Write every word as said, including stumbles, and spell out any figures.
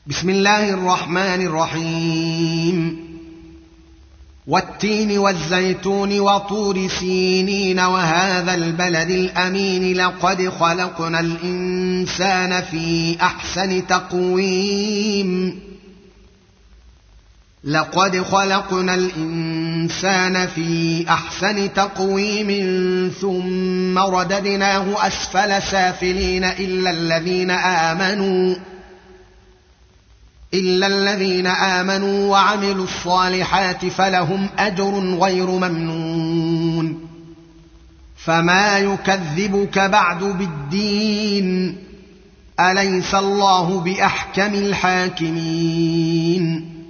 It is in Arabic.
بسم الله الرحمن الرحيم والتين والزيتون وطور سينين وهذا البلد الأمين لقد خلقنا الإنسان في أحسن تقويم لقد خلقنا الإنسان في أحسن تقويم ثم رددناه أسفل سافلين إلا الذين آمنوا إلا الذين آمنوا وعملوا الصالحات فلهم أجر غير ممنون فما يكذبك بعد بالدين أليس الله بأحكم الحاكمين